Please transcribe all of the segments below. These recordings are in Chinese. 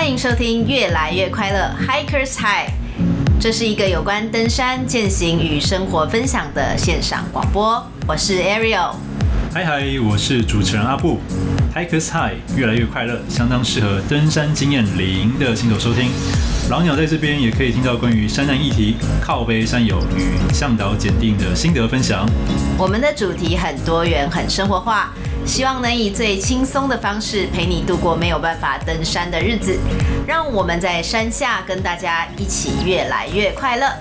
欢迎收听越来越快乐 Hikers High， 这是一个有关登山、健行与生活分享的线上广播。我是 Ariel。 嗨，我是主持人阿布。Hikers High 越来越快乐，相当适合登山经验零的新手收听。老鸟在这边也可以听到关于山难议题、靠背山友与向导检定的心得分享。 我们的主题很多元、很生活化，希望能以最轻松的方式陪你度过没有办法登山的日子。让我们在山下跟大家一起越来越快乐。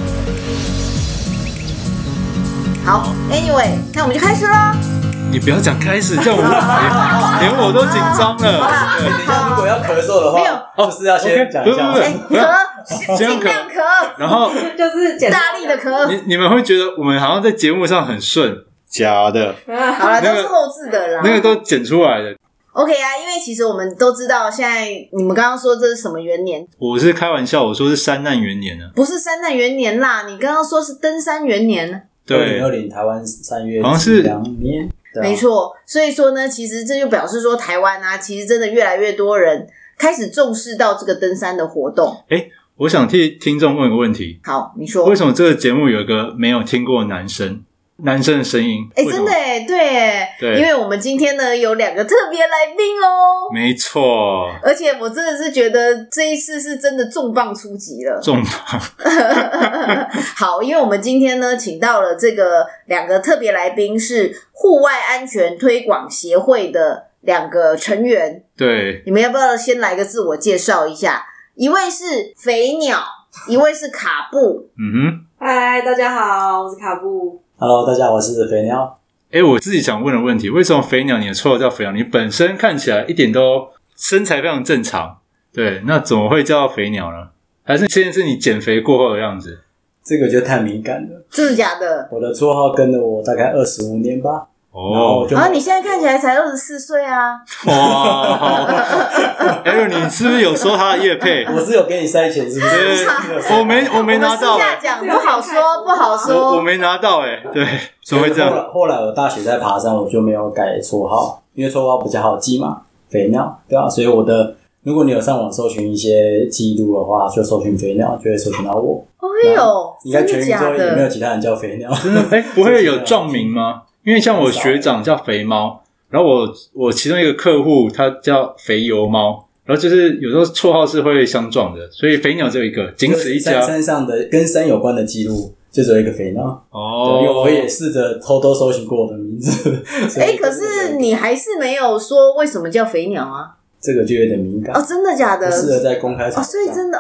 好 ，Anyway， 那我们就开始咯。 你不要讲开始，这样连我都紧张了。 等一下，如果要咳嗽的话，就是要先讲一下。 咳，尽量咳， 然后就是大力的咳。 你们会觉得我们好像在节目上很顺，假的。 好了，都是后置的啦。 那个都剪出来的。 OK 啊，因为其实我们都知道，现在你们刚刚说这是什么元年？ 我是开玩笑，我说是山难元年呢。 不是山难元年啦，你刚刚说是登山元年。 对 ，2020台湾3月好像是 2年。 没错，所以说呢，其实这就表示说，台湾啊，其实真的越来越多人开始重视到这个登山的活动。 我想替听众问个问题。 好，你说为什么这个节目有一个没有听过男生的声音？ 真的对，因为我们今天呢有2个特别来宾哦。 没错， 而且我真的是觉得这一次是真的重磅出击了。 重磅。 好，因为我们今天呢请到了这个2个特别来宾，是户外安全推广协会的2个成员。 对， 你们要不要先来个自我介绍一下？一位是肥鸟，一位是卡布。 嗨，大家好，我是卡布。 Hello， 大家好，我是肥鸟。 我自己想问的问题，为什么肥鸟你的绰号叫肥鸟？你本身看起来一点都身材非常正常，对，那怎么会叫肥鸟呢？还是现在是你减肥过后的样子？ 这个就太敏感了。 真的假的？ 我的绰号跟了我大概25年吧。 你现在看起来才24岁啊！ 哇你是不是有收他的业配？ 我是有给你塞钱，是不是？ 我没拿到。 私下讲不好说。 我没拿到对，怎么会这样？ 后来我大学在爬山，我就没有改绰号，因为绰号比较好记嘛，肥鸟，对吧？所以如果你有上网搜寻一些记录的话，就搜寻肥鸟，就会搜寻到我。应该全宇宙也没有其他人叫肥鸟。 真的不会有撞名吗？因为像我学长叫肥猫，然后我其中一个客户他叫肥油猫，然后就是有时候绰号是会相撞的，所以肥鸟只有一个，仅此一家。 山上的跟山有关的记录就只有一个肥鸟。因为我也试着偷偷搜寻过我的名字。 可是你还是没有说为什么叫肥鸟啊？ 这个就有点敏感真的假的？ 不适合在公开场所以真的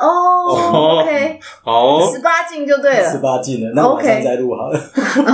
OK， 好，18禁就对了 ，18禁了，那晚上再录好了。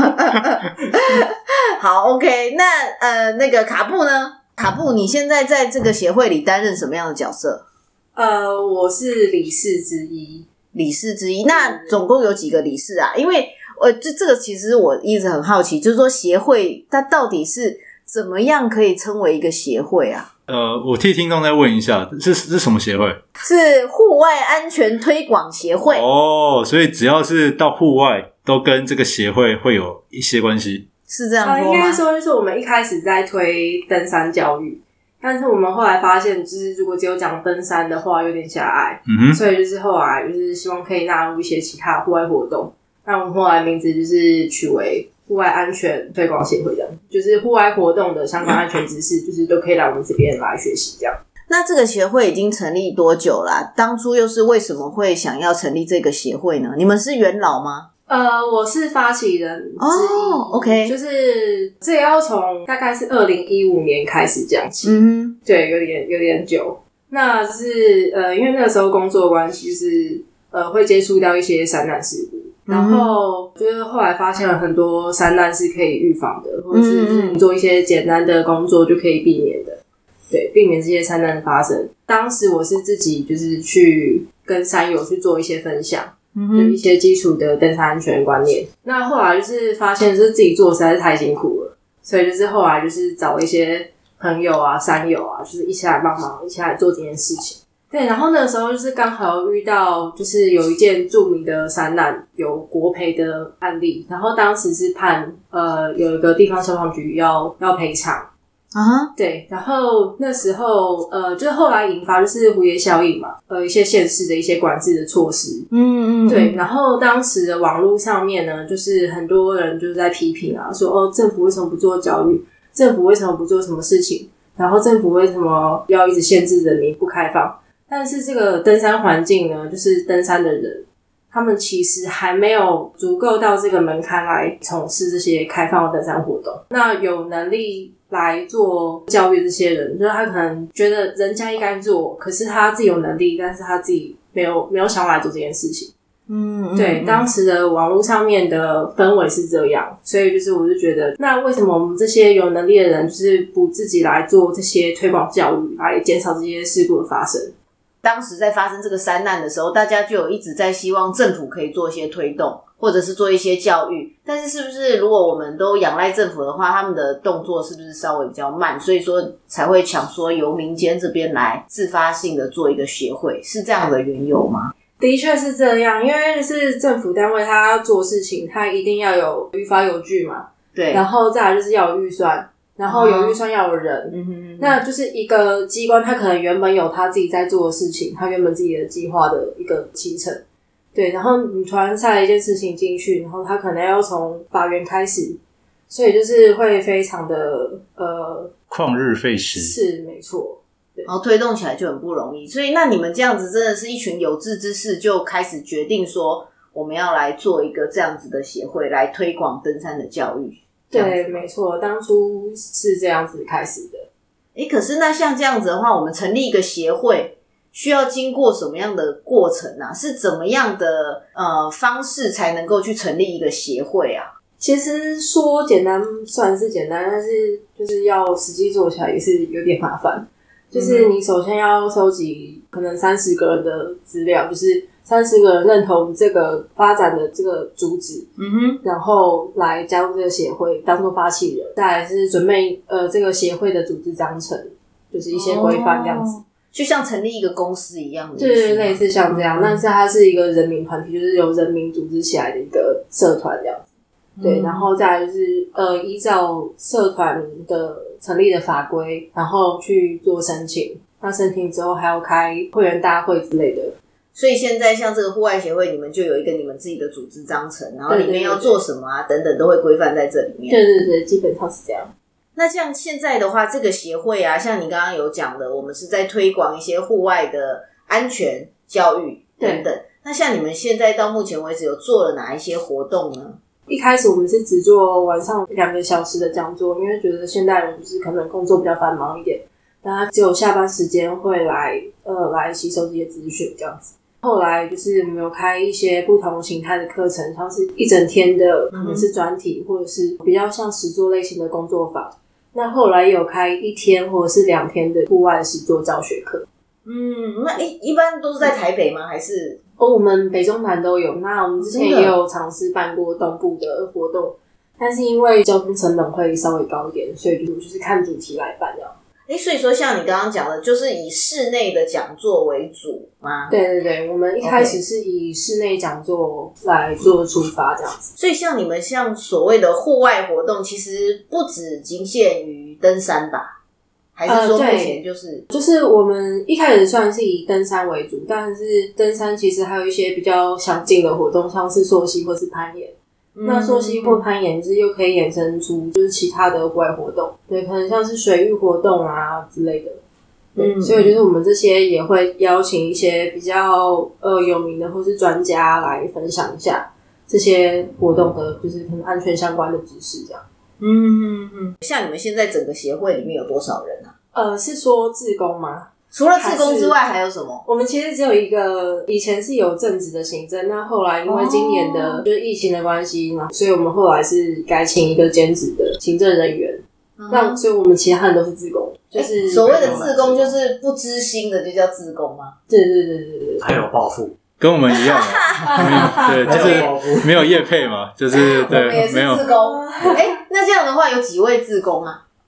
好 OK， 那个卡布呢？卡布，你现在在这个协会里担任什么样的角色？ 我是理事之一。 那总共有几个理事啊？因为这个其实我一直很好奇，就是说协会它到底是怎么样可以称为一个协会啊？ 我替听众再问一下，是什么协会？ 是户外安全推广协会。 所以只要是到户外，都跟这个协会会有一些关系。 是这样说吗？ 应该说就是我们一开始在推登山教育，但是我们后来发现，就是如果只有讲登山的话，有点狭隘。所以就是后来就是希望可以纳入一些其他户外活动。那我们后来名字就是取为户外安全推广协会，这样就是户外活动的相关安全知识，就是都可以来我们这边来学习这样。 那这个协会已经成立多久啦？当初又是为什么会想要成立这个协会呢？你们是元老吗？ 我是发起人之一。 OK， 就是这个要从大概是2015年开始讲起。对，有点久。那就是因为那个时候工作的关系，就是会接触到一些山难事故。然后就是后来发现了很多山难是可以预防的，或者是你做一些简单的工作就可以避免的，对，避免这些山难的发生。当时我是自己就是去跟山友去做一些分享，有一些基础的登山安全观念。那后来就是发现就是自己做实在是太辛苦了，所以就是后来就是找一些朋友啊、山友啊，就是一起来帮忙，一起来做这件事情。对，然后那个时候就是刚好遇到就是有一件著名的山难有国赔的案例，然后当时是判有一个地方消防局要赔偿， 对，然后那时候就是后来引发就是蝴蝶效应嘛，一些县市的一些管制的措施，对，然后当时的网络上面呢，就是很多人就是在批评啊，说政府为什么不做教育，政府为什么不做什么事情，然后政府为什么要一直限制人民不开放？但是这个登山环境呢，就是登山的人，他们其实还没有足够到这个门槛来从事这些开放的登山活动。那有能力来做教育这些人，就是他可能觉得人家应该做，可是他自己有能力，但是他自己没有想要来做这件事情。对，当时的网络上面的氛围是这样，所以就是我就觉得，那为什么我们这些有能力的人，就是不自己来做这些推广教育，来减少这些事故的发生？ 当时在发生这个山难的时候，大家就有一直在希望政府可以做一些推动，或者是做一些教育，但是是不是如果我们都仰赖政府的话，他们的动作是不是稍微比较慢，所以说才会想说由民间这边来自发性的做一个协会，是这样的缘由吗？ 的确是这样，因为是政府单位他要做事情，他一定要有于法有据嘛，对，然后再来就是要有预算，然后有预算要有人，那就是一个机关，他可能原本有他自己在做的事情，他原本自己的计划的一个行程，对，然后你突然塞了一件事情进去，然后他可能要从法源开始，所以就是会非常的旷日费时， 是没错。 然后推动起来就很不容易，所以那你们这样子真的是一群有志之士就开始决定说我们要来做一个这样子的协会来推广登山的教育。 对，没错，当初是这样子开始的。 可是那像这样子的话，我们成立一个协会需要经过什么样的过程啊？是怎么样的方式才能够去成立一个协会啊？ 其实说简单算是简单，但是就是要实际做起来也是有点麻烦。就是你首先要收集可能30个人的资料，就是30个人认同这个发展的这个主旨，然后来加入这个协会当做发起人，再来是准备这个协会的组织章程，就是一些规范这样子， 就像成立一个公司一样的， 对，类似像这样，但是它是一个人民团体，就是由人民组织起来的一个社团这样子。对，然后再来就是依照社团的成立的法规，然后去做申请。那申请之后还要开会员大会之类的。 所以现在像这个户外协会，你们就有一个你们自己的组织章程，然后里面要做什么啊等等都会规范在这里面。 对对对，基本上是这样。 那像现在的话，这个协会啊，像你刚刚有讲的，我们是在推广一些户外的安全教育等等。那像你们现在到目前为止有做了哪一些活动呢？ 一开始我们是只做晚上2个小时的讲座，因为觉得现代人就是可能工作比较繁忙一点，但他只有下班时间会来吸收这些资讯这样子。后来就是我们有开一些不同形态的课程，像是一整天的可能是专题，或者是比较像实作类型的工作坊。那后来也有开1天或者是2天的户外实作教学课。 那一般都是在台北吗？还是我们北中南都有。那我们之前也有尝试办过东部的活动，但是因为交通成本会稍微高一点，所以就是看主题来办这样。 所以说像你刚刚讲的，就是以室内的讲座为主吗？ 对对对，我们一开始是以室内讲座来做出发这样子。 所以像你们像所谓的户外活动，其实不只仅限于登山吧？还是说目前就是我们一开始算是以登山为主，但是登山其实还有一些比较详尽的活动，像是溯溪或是攀岩。那溯溪或攀岩是又可以衍生出就是其他的户外活动，对，可能像是水域活动啊之类的。所以就是我们这些也会邀请一些比较有名的或是专家来分享一下这些活动的就是可能安全相关的知识这样。 像你们现在整个协会里面有多少人啊？ 是说志工吗？ 除了志工之外还有什么？ 我们其实只有一个，以前是有正职的行政，那后来因为今年的就是疫情的关系嘛，所以我们后来是改请一个兼职的行政人员。那所以我们其他人都是志工，就是所谓的志工就是不知心的就叫志工吗？ 对对对对对， 还有报复。 跟我们一样对，就是没有业配嘛，就是对， 我们也是志工。那这样的话有几位志工啊？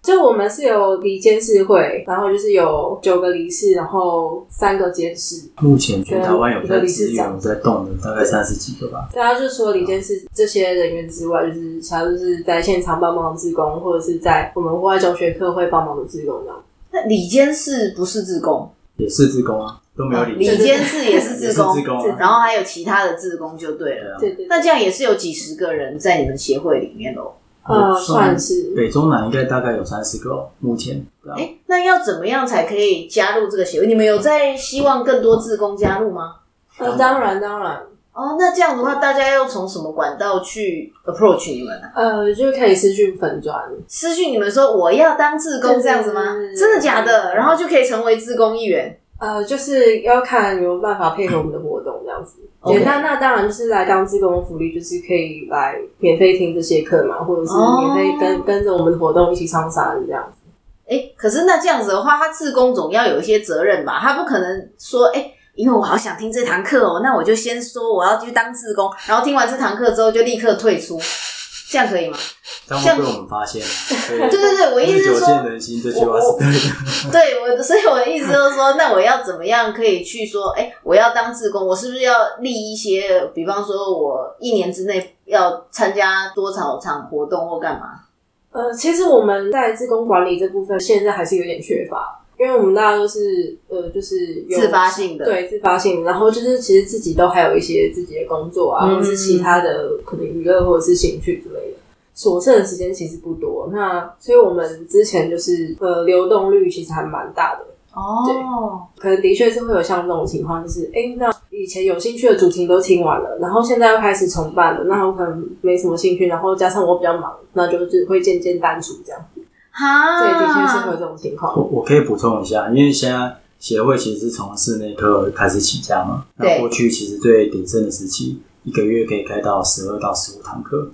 就我们是有理监事会，然后就是有9个理事，然后3个监事。 目前全台湾有在支援有在动的，大概30几个吧。 对啊，就除了理监事这些人员之外，就是其他就是在现场帮忙的志工，或者是在我们户外教学课会帮忙的志工这样。 那理监事不是志工？ 也是志工啊，都没有理监事也是志工， 然后还有其他的志工就对了。 对对。 那这样也是有几十个人在你们协会里面咯。 算是北中南应该大概有30个哦，目前。 那要怎么样才可以加入这个协会？你们有在希望更多志工加入吗？ 当然。 那这样的话，大家要从什么管道去 approach 你们呢？ 就可以私讯粉专， 私讯你们说我要当志工这样子吗？真的假的？然后就可以成为志工一员？ 就是要看有没有办法配合我们的活动这样子。对，那当然就是来当志工的福利，就是可以来免费听这些课嘛，或者是免费跟着我们的活动一起上山这样子。 可是那这样子的话，他志工总要有一些责任吧？他不可能说，因为我好想听这堂课哦，那我就先说我要去当志工，然后听完这堂课之后就立刻退出，这样可以吗？ 这样会被我们发现。 对，我意思是说， 久见人心这句话是对的。 对，所以我的意思就是说，那我要怎么样可以去说，我要当志工，我是不是要立一些，比方说我1年之内要参加多少场活动或干嘛？ 其实我们在志工管理这部分现在还是有点缺乏。因为我们大家都是就是有自发性的， 对，自发性的，然后就是其实自己都还有一些自己的工作啊，或者是其他的可能娱乐或者是兴趣之类的，所剩的时间其实不多。那所以我们之前就是流动率其实还蛮大的。对，可能的确是会有像这种情况，就是那以前有兴趣的主题都听完了，然后现在又开始重办了，那我可能没什么兴趣，然后加上我比较忙，那就是会渐渐淡出这样。对，的确是会有这种情况。 我可以补充一下，因为现在协会其实是从室内课开始起家嘛。那过去其实最鼎盛的时期，1个月可以开到12到15堂课。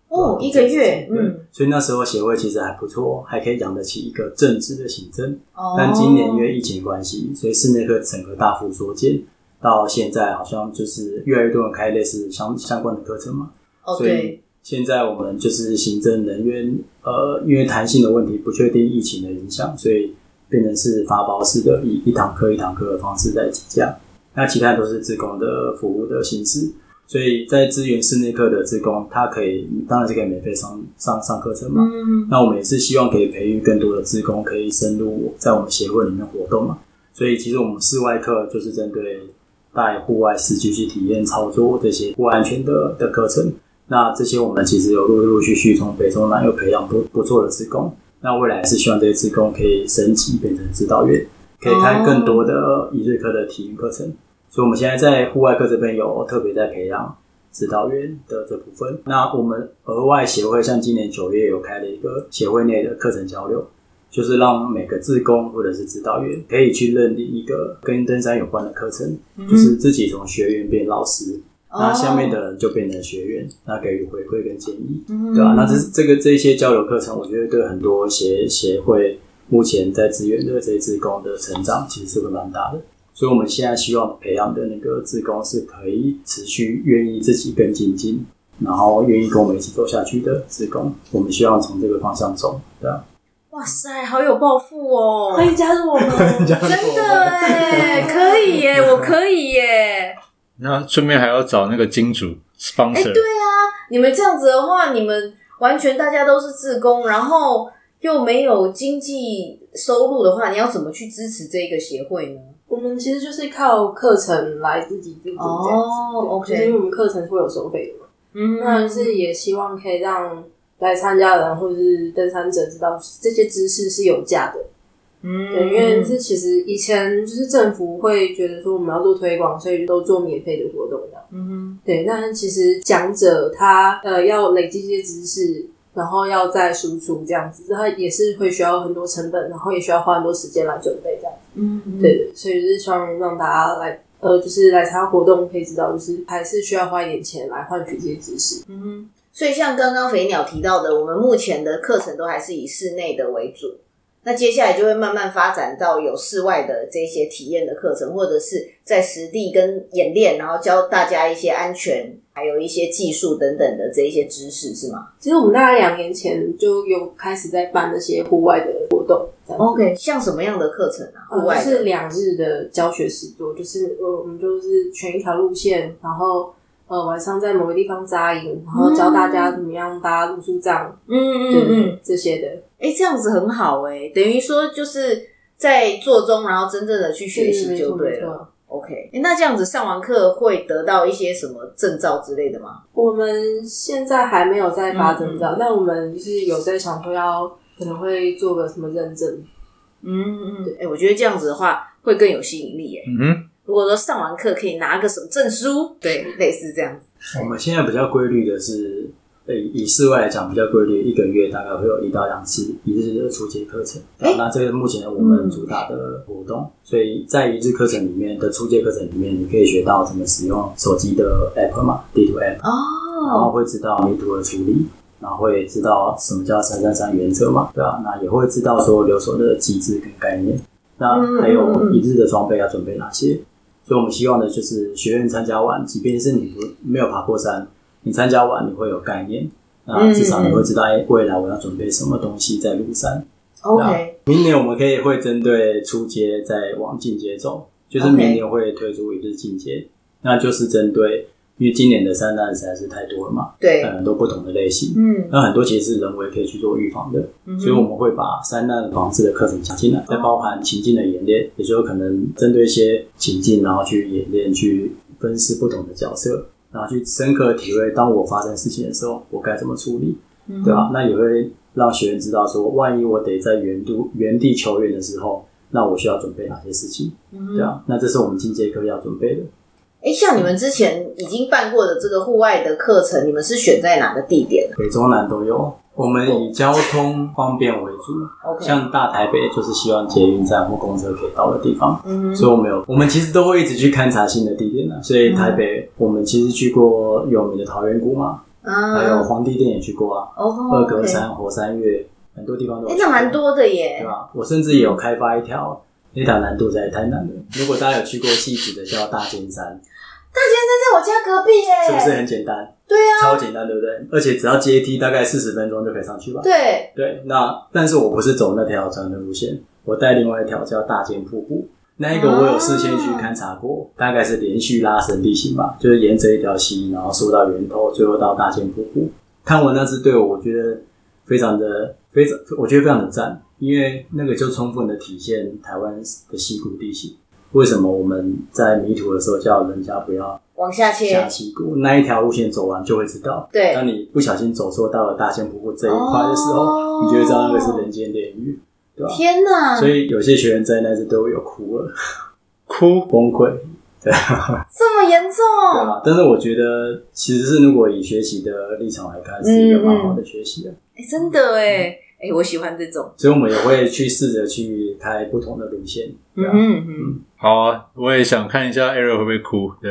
1个月， 所以那时候协会其实还不错，还可以养得起一个正职的行政。但今年因为疫情关系，所以室内课整个大幅缩减，到现在好像就是越来越多人开类似相关的课程嘛。所以现在我们就是行政人员，因为弹性的问题，不确定疫情的影响，所以变成是发包式的，以一堂课的方式在计价。那其他都是志工的服务的形式，所以在支援室内课的志工，他当然是可以免费上课程嘛。那我们也是希望可以培育更多的志工，可以深入在我们协会里面活动嘛。所以其实我们室外课就是针对带户外实际去体验操作这些户外安全的课程。那这些我们其实有陆续从北中南又培养不错的志工，那未来是希望这些志工可以升级变成指导员，可以开更多的一日课的体验课程。所以我们现在在户外课这边有特别在培养指导员的这部分。那我们额外协会像今年9月有开了一个协会内的课程交流，就是让每个志工或者是指导员可以去认领一个跟登山有关的课程，就是自己从学员变老师。那下面的人就变成学员，那给予回馈跟建议，对吧？那这一些交流课程，我觉得对很多协会目前在支援的这些志工的成长，其实是会蛮大的。所以我们现在希望培养的那个志工是可以持续愿意自己更精进，然后愿意跟我们一起走下去的志工。我们希望从这个方向走，对吧？ 哇塞，好有抱负哦！ 欢迎加入我们， 真的耶，可以耶，我可以耶。 那顺便还要找那个金主 sponsor。 对啊，你们这样子的话，你们完全大家都是志工，然后又没有经济收入的话，你要怎么去支持这个协会呢？ 我们其实就是靠课程来自给自足这样子。 OK， 就是因为我们课程会有收费的嘛。那是也希望可以让来参加的人或者是登山者知道这些知识是有价的。对，因为是其实以前就是政府会觉得说我们要做推广，所以都做免费的活动的。对，但其实讲者他要累积这些知识，然后要再输出这样子，他也是会需要很多成本，然后也需要花很多时间来准备这样子。对，所以就是希望让大家来就是来参加活动可以知道，就是还是需要花一点钱来换取这些知识。 所以像刚刚肥鸟提到的，我们目前的课程都还是以室内的为主。那接下来就会慢慢发展到有室外的这些体验的课程，或者是在实地跟演练，然后教大家一些安全还有一些技术等等的这一些知识是吗？ 其实我们大概2年前就有开始在办那些户外的活动。 OK， 像什么样的课程啊？户外的就是2日的教学实作，就是我们就是选一条路线，然后晚上在某个地方扎营，然后教大家怎么样搭露宿帐，这些的。 这样子很好等于说就是在做中，然后真正的去学习就对了。OK， 那这样子上完课会得到一些什么证照之类的吗？ 我们现在还没有在发证照，但我们就是有在想说可能会做个什么认证。 对，我觉得这样子的话会更有吸引力如果说上完课可以拿个什么证书，对，类似这样子。 我们现在比较规律的是，以室外来讲，比较规律，1个月大概会有1到2次1日的初阶课程。那这个目前我们主打的活动，所以在1日课程里面的初阶课程里面，你可以学到怎么使用手机的 app 嘛，地图 app，然后会知道迷途的处理，然后会知道什么叫333原则嘛，对啊，那也会知道说留守的机制跟概念，那还有1日的装备要准备哪些。所以我们希望的就是学员参加完，即便是你没有爬过山，你参加完你会有概念，那至少你会知道未来我要准备什么东西在路上。 OK， 明年我们会针对初阶再往进阶走，就是明年会推出1日进阶，那就是针对，因为今年的山难实在是太多了嘛， 对， 很多不同的类型，那很多其实是人为可以去做预防的，所以我们会把山难防治的课程加进来，再包含情境的演练，也就可能针对一些情境，然后去演练，去分析不同的角色，然后去深刻体会当我发生事情的时候，我该怎么处理，对吧？那也会让学员知道说，万一我得在原地求援的时候，那我需要准备哪些事情，对啊，那这是我们进阶课要准备的。 像你们之前已经办过的这个户外的课程，你们是选在哪个地点呢？ 北中南都有，我们以交通方便为主。像大台北就是希望捷运站或公车可以到的地方，所以我们其实都会一直去勘察新的地点的。所以台北我们其实去过有名的桃源谷嘛，还有皇帝殿也去过啊，二格山、火山岳，很多地方都有去过。 那蛮多的耶， 对吧？我甚至也有开发一条，那条难度实在太难了。如果大家有去过汐止的叫大尖山。 大尖山在我家隔壁耶， 是不是很简单？ 对啊， 超简单，对不对？而且只要阶梯大概40分钟就可以上去吧？对，但是我不是走那条长的路线，我带另外一条叫大尖瀑布，那一个我有事先去勘察过，大概是连续拉绳地形吧，就是沿着一条溪，然后溯到源头，最后到大尖瀑布。看完那支队伍，我觉得非常的赞，因为那个就充分的体现台湾的溪谷地形。为什么我们在迷途的时候叫人家不要往下切下溪谷？那一条路线走完就会知道。 对， 当你不小心走错到了大尖瀑布这一块的时候，你就会知道那个是人间炼狱，对吧？ 天哪！ 所以有些学员在那次都有哭了，崩溃，对， 这么严重？ 对吧？但是我觉得其实是如果以学习的立场来看，是一个蛮好的学习的。 真的我喜欢这种， 所以我们也会去试着去开不同的路线。 好啊，我也想看一下 Ariel 会不会哭。对，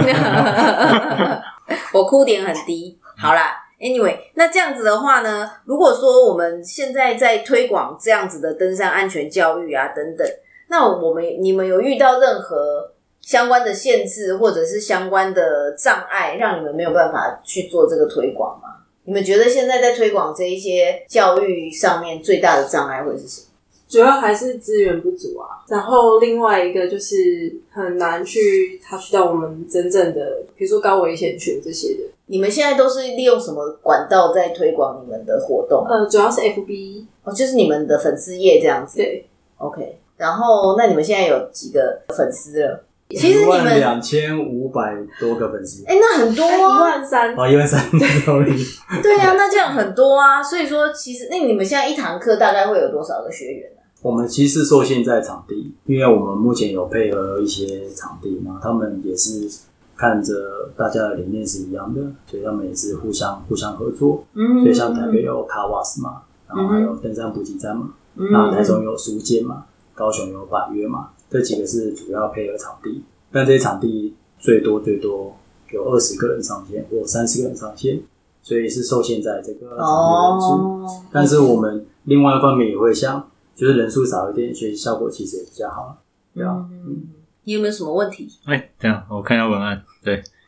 我哭点很低。好啦 ，Anyway， 那这样子的话呢，如果说我们现在在推广这样子的登山安全教育啊等等，那你们有遇到任何相关的限制或者是相关的障碍，让你们没有办法去做这个推广吗？你们觉得现在在推广这一些教育上面最大的障碍会是什么？ 主要还是资源不足啊，然后另外一个就是很难去touch到我们真正的，比如说高危险群这些的。 你们现在都是利用什么管道在推广你们的活动？ 主要是 FB， 就是你们的粉丝页这样子。 对 ，OK。然后，那你们现在有几个粉丝了？其实你们 12500多个粉丝， 那很多啊 ，13000， 对啊，那这样很多啊。所以说，其实那你们现在一堂课大概会有多少个学员呢？ 我们其实受限在场地，因为我们目前有配合一些场地，然后他们也是看着大家的理念是一样的，所以他们也是互相合作。所以像台北有卡瓦斯嘛，然后还有登山补给站嘛，然后台中有苏建嘛，高雄有百岳嘛。这几个是主要配合场地，但这些场地最多有20个人上线或30个人上线，所以是受限在这个场地人数。但是我们另外一方面也会想，就是人数少一点，学习效果其实也比较好，对啊。 你有没有什么问题？ 等一下我看一下文案。对，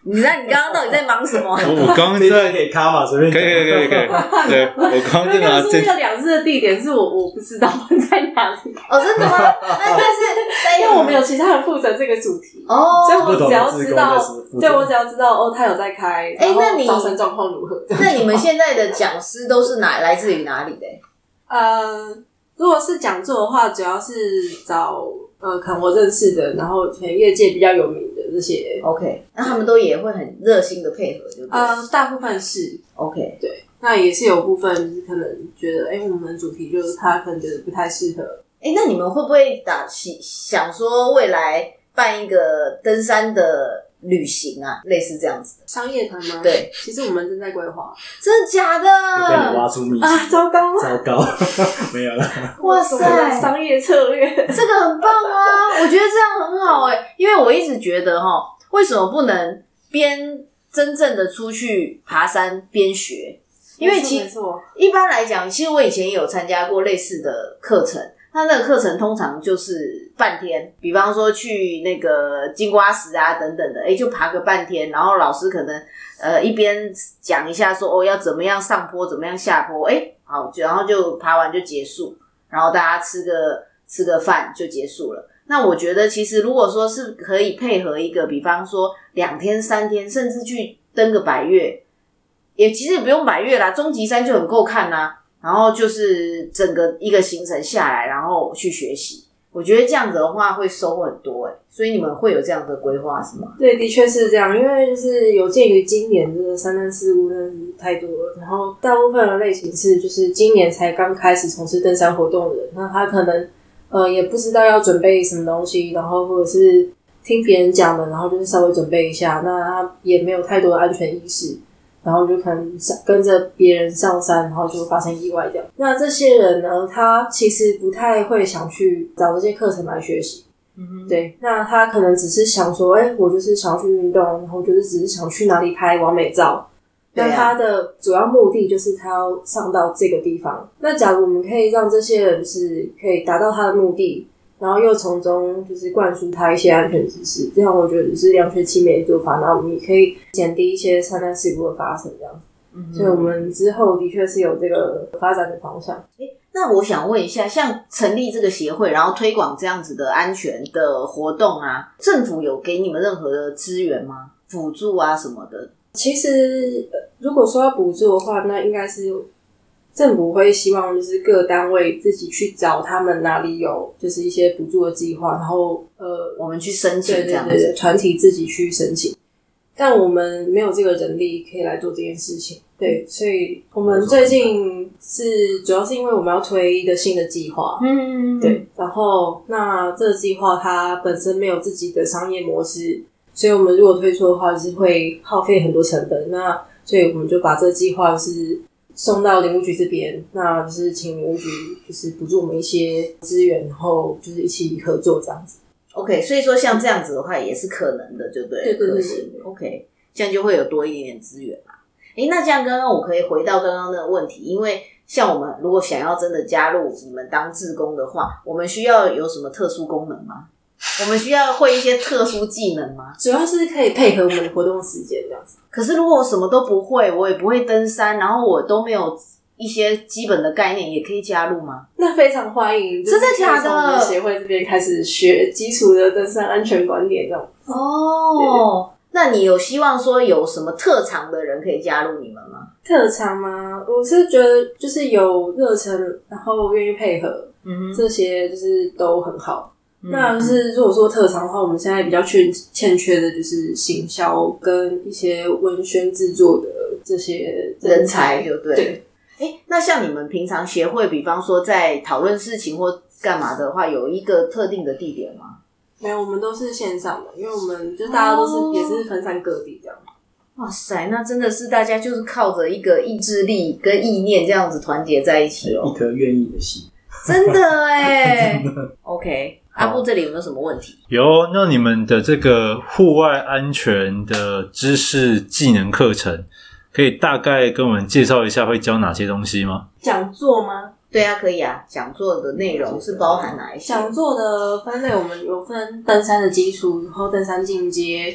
你刚刚到底在忙什么？ 我刚刚在可以卡嘛，随便可以。对，我刚刚在拿这个2次的地点是我不知道在哪里。 哦，真的吗？但是因为我们有其他人负责这个主题哦， 所以我只要知道，对我只要知道他有在开， 那你招生状况如何？ 那你们现在的讲师都是来自于哪里的？ 如果是讲座的话，主要是找可能我认识的，然后可能业界比较有名的这些。 OK， 那他们都也会很热心的配合，对不对？ 大部分是 OK， 对。那也是有部分就是可能觉得，我们的主题就是他可能觉得不太适合。 那你们会不会想说未来办一个登山的旅行啊，类似这样子的商业团吗？ 对， 其实我们正在规划。 真的假的？ 被你挖出秘籍啊！糟糕， 没有了。 哇塞， 商业策略， 这个很棒啊！我觉得这样很好因为我一直觉得为什么不能边真正的出去爬山边学？因为一般来讲，其实我以前也有参加过类似的课程。那个课程通常就是半天，比方说去那个金瓜石啊等等的，就爬个半天，然后老师可能一边讲一下说要怎么样上坡，怎么样下坡，好，然后就爬完就结束，然后大家吃个饭就结束了。那我觉得其实如果说是可以配合一个，比方说2天3天，甚至去登个百岳，其实也不用百岳啦，终极山就很够看啦。然后就是整个一个行程下来，然后去学习，我觉得这样子的话会收获很多所以你们会有这样的规划是吗？ 对，的确是这样，因为就是有鉴于今年这个山难事故真的是太多了，然后大部分的类型是就是今年才刚开始从事登山活动的人，那他可能也不知道要准备什么东西，然后或者是听别人讲的，然后就是稍微准备一下，那他也没有太多的安全意识。然后就可能跟着别人上山，然后就发生意外这样。那这些人呢，他其实不太会想去找这些课程来学习。对，那他可能只是想说，我就是想去运动，然后就是只是想去哪里拍完美照。那他的主要目的就是他要上到这个地方。那假如我们可以让这些人是可以达到他的目的，然后又从中就是灌输他一些安全知识，这样我觉得是两全其美的做法，然后我们也可以减低一些山难事故的发生这样子。所以我们之后的确是有这个发展的方向。 那我想问一下，像成立这个协会，然后推广这样子的安全的活动啊，政府有给你们任何的资源吗？辅助啊什么的？ 其实如果说要补助的话，那应该是政府会希望就是各单位自己去找他们哪里有就是一些补助的计划，然后我们去申请这样子， 对，团体自己去申请。但我们没有这个人力可以来做这件事情，对，所以我们最近是主要是因为我们要推一个新的计划，对，然后那这个计划它本身没有自己的商业模式，所以我们如果推出的话，就是会耗费很多成本，那所以我们就把这个计划是送到林务局这边，那就是请林务局就是补助我们一些资源，然后就是一起合作这样子。 OK， 所以说像这样子的话也是可能的，对不对？ 对。 OK， 这样就会有多一点点资源嘛。那这样刚刚我可以回到刚刚那个问题，因为像我们如果想要真的加入你们当志工的话，我们需要有什么特殊功能吗？我们需要会一些特殊技能吗？ 主要是可以配合我们的活动时间这样子。 可是如果我什么都不会，我也不会登山，然后我都没有一些基本的概念，也可以加入吗？ 那非常欢迎， 真的假的？ 从我们协会这边开始学基础的登山安全观念这种。 哦，那你有希望说有什么特长的人可以加入你们吗？ 特长吗？我是觉得就是有热忱，然后愿意配合，这些就是都很好。那就是如果说特长的话，我们现在比较欠缺的就是行销跟一些文宣制作的这些人才，就对。 对。 那像你们平常协会，比方说在讨论事情或干嘛的话，有一个特定的地点吗？ 没有，我们都是线上的，因为我们就大家都是、也是分散各地这样。 哇塞，那真的是大家就是靠着一个意志力跟意念这样子团结在一起哦， 一颗愿意的心， 真的耶。OK， 阿布这里有没有什么问题？ 有，那你们的这个户外安全的知识技能课程，可以大概跟我们介绍一下会教哪些东西吗？ 讲座吗？ 对啊，可以啊。讲座的内容是包含哪一些？ 讲座的分类我们有分登山的基础，然后登山进阶，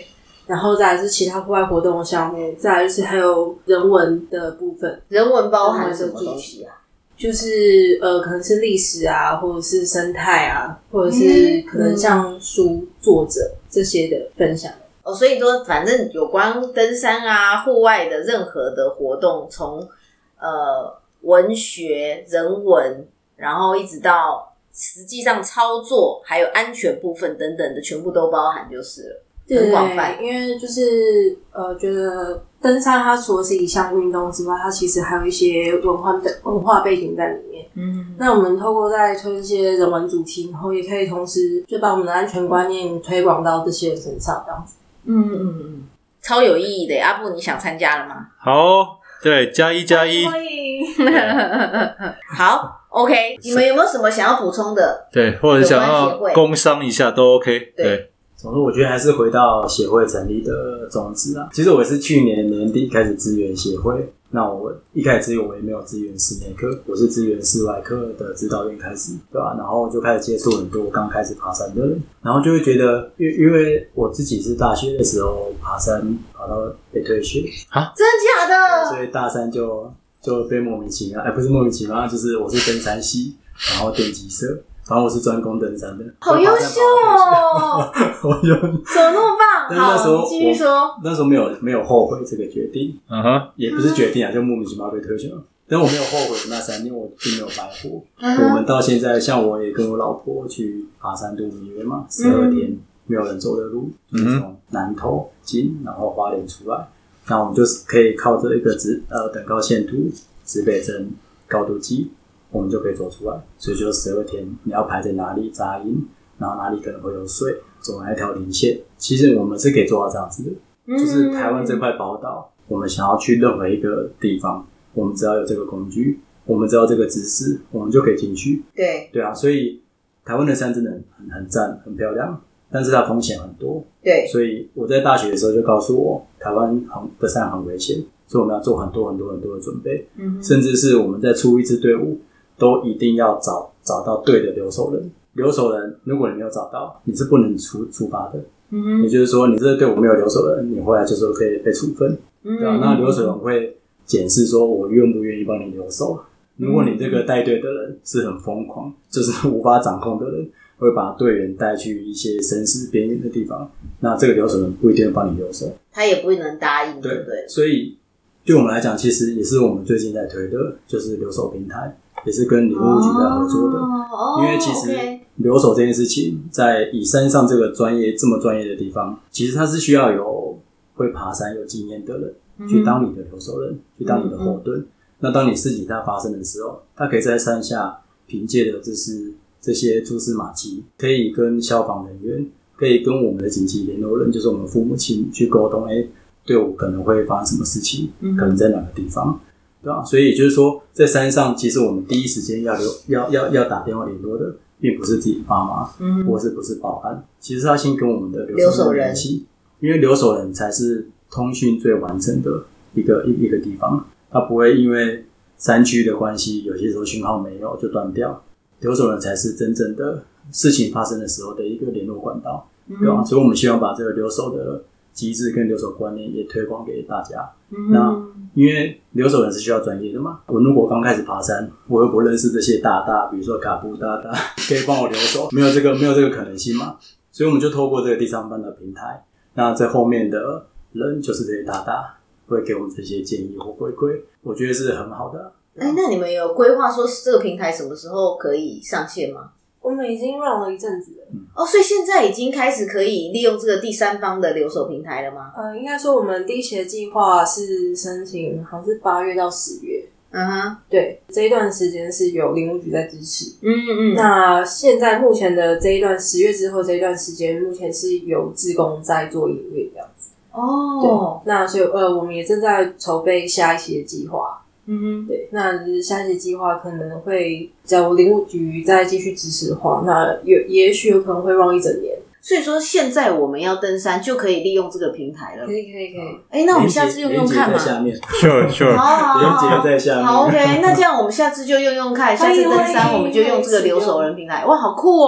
然后再来是其他户外活动的项目，再来就是还有人文的部分。 人文包含什么东西啊？ 就是可能是历史啊，或者是生态啊，或者是可能像书作者这些的分享。 所以说反正有关登山啊户外的任何的活动，从文学人文，然后一直到实际上操作还有安全部分等等的全部都包含就是了，很广泛。 因为就是觉得登山它除了是一项运动之外，它其实还有一些文化背景在里面。那我们透过在推这些人文主题，然后也可以同时就把我们的安全观念推广到这些人身上，这样子。 超有意义的。阿布，你想参加了吗？ 好，对，加一。 欢迎。 好 ，OK， 你们有没有什么想要补充的？ 对，或者想要工商一下都 OK。对， 总之我觉得还是回到协会成立的宗旨啊。其实我是去年年底开始支援协会，那我一开始支援我也没有支援室内课，我是支援室外课的指导员开始，对吧？然后就开始接触很多刚开始爬山的人，然后就会觉得，因为我自己是大学的时候爬山爬到被退学啊， 真的假的？ 所以大三就被莫名其妙，不是莫名其妙，就是我是登山系，然后电机社。反正我是专攻登山的， 好优秀哦！怎么那么棒？好，继续说。 那时候没有后悔这个决定，也不是决定啊，就莫名其妙被退学了。但我没有后悔那3年，我并没有白活。我们到现在，像我也跟我老婆去爬山度蜜月嘛，12天没有人走的路，就是从南投进，然后花莲出来，那我们就是可以靠着一个等高线图、指北针、高度计。我们就可以走出来，所以就12天，你要排在哪里扎营，然后哪里可能会有水，走哪一条林线。其实我们是可以做到这样子的，就是台湾这块宝岛，我们想要去任何一个地方，我们只要有这个工具，我们只要这个知识，我们就可以进去。对啊，所以台湾的山真的很赞，很漂亮，但是它风险很多。 对， 所以我在大学的时候就告诉我，台湾的山很危险，所以我们要做很多的准备，甚至是我们在出一支队伍。都一定要找到对的留守人。留守人，如果你没有找到，你是不能出发的。也就是说，你这个队伍没有留守人，你回来就是可以被处分。对吧？那留守人会检视说，我愿不愿意帮你留守。如果你这个带队的人是很疯狂，就是无法掌控的人，会把队员带去一些生死边缘的地方，那这个留守人不一定会帮你留守， 他也不能答应，对不对？ 所以对我们来讲，其实也是我们最近在推的，就是留守平台。也是跟林务局在合作的，因为其实留守这件事情，在以山上这个这么专业的地方，其实它是需要有会爬山有经验的人去当你的留守人，去当你的后盾。那当你事情它发生的时候，他可以在山下凭借的这些蛛丝马迹，可以跟消防人员，可以跟我们的紧急联络人，就是我们父母亲去沟通，对我可能会发生什么事情，可能在哪个地方。对吧？所以也就是说，在山上，其实我们第一时间要打电话联络的，并不是自己爸妈，或是不是报案，其实要先跟我们的留守人联系，因为留守人才是通讯最完整的一个地方，他不会因为山区的关系，有些时候讯号没有就断掉，留守人才是真正的事情发生的时候的一个联络管道，对吧？所以我们希望把这个留守的机制跟留守观念也推广给大家。那因为留守人是需要专业的嘛，我如果刚开始爬山，我又不认识这些大大，比如说卡布大大，可以帮我留守，没有这个可能性嘛，所以我们就透过这个第三方的平台，那在后面的人就是这些大大会给我们这些建议或回馈，我觉得是很好的。 那你们有规划说这个平台什么时候可以上线吗？ 我们已经 run 了一阵子了。 所以现在已经开始可以利用这个第三方的留守平台了吗？ 应该说我们第一期的计划是申请，好像是8月到10月。对，这一段时间是有林务局在支持。那现在目前的这一段10月之后这一段时间，目前是有志工在做营运这样子。对，那所以我们也正在筹备下一期的计划。对，那下一期计划可能会，假如林务局再继续支持的话，那也许有可能会 run 一整年。 所以说现在我们要登山就可以利用这个平台了。 可以。 那我们下次用看嘛。 连结在下面。 Sure。 连结在下面。 好 OK， 那这样我们下次就用看，下次登山我们就用这个留守人平台。哇，好酷哦！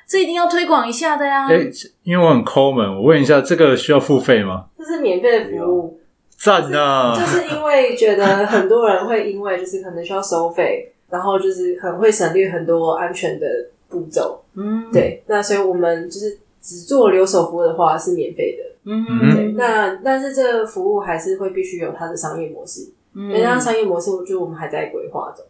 这一定要推广一下的呀。 因为我很抠门，我问一下，这个需要付费吗？ 这是免费的服务。 赞啊！ 就是因为觉得很多人会因为就是可能需要收费，然后就是很会省略很多安全的步骤。对，那所以我们就是只做留守服务的话是免费的。对，那但是这个服务还是会必须有它的商业模式。因为它商业模式就我们还在规划中。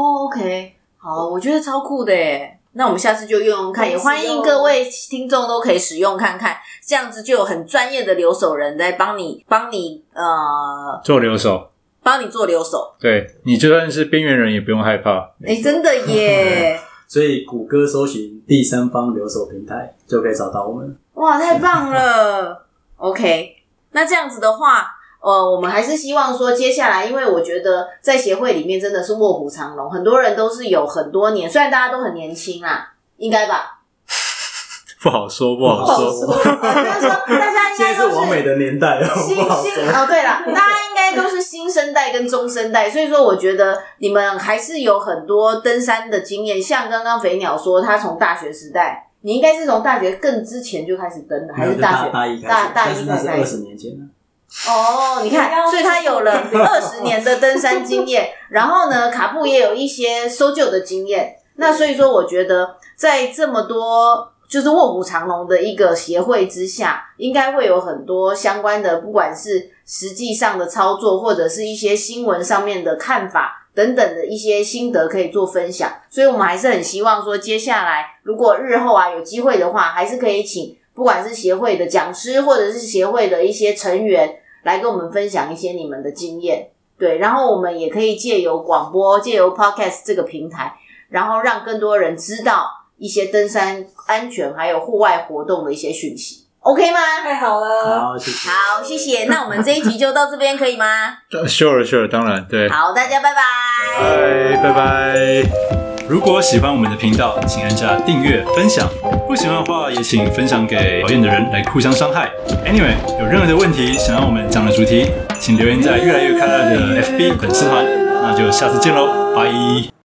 OK， 好，我觉得超酷的耶。那我们下次就用用看，也欢迎各位听众都可以使用看看，这样子就有很专业的留守人在帮你做留守， 帮你做留守。 对，你就算是边缘人也不用害怕。 真的耶！ 所以谷歌搜寻第三方留守平台就可以找到我们。 哇，太棒了！OK， 那这样子的话，我们还是希望说接下来，因为我觉得在协会里面真的是卧虎藏龙，很多人都是有很多年，虽然大家都很年轻啦，应该吧？ 不好说。 就是说大家应该都现在是完美的年代了， 对啦，大家应该都是新生代跟中生代，所以说我觉得你们还是有很多登山的经验，像刚刚肥鸟说他从大学时代，你应该是从大学更之前就开始登的，还是大学大一开始？ 大一那是20年前了。 你看，所以他有了20年的登山经验，然后呢，卡布也有一些搜救的经验。那所以说，我觉得在这么多就是卧虎藏龙的一个协会之下，应该会有很多相关的，不管是实际上的操作，或者是一些新闻上面的看法等等的一些心得可以做分享。所以我们还是很希望说，接下来如果日后有机会的话，还是可以请不管是协会的讲师，或者是协会的一些成员来跟我们分享一些你们的经验。对，然后我们也可以借由广播，借由 Podcast 这个平台，然后让更多人知道一些登山安全还有户外活动的一些讯息。 OK 吗？ 太好了。 好，谢谢。 好，谢谢。那我们这一集就到这边可以吗？ Sure， 当然，对。 好，大家拜拜。 拜拜。如果喜欢我们的频道，请按下订阅、分享。不喜欢的话，也请分享给讨厌的人来互相伤害。Anyway， 有任何的问题想要我们讲的主题，请留言在越来越快乐的 FB 粉丝团。那就下次见喽，拜。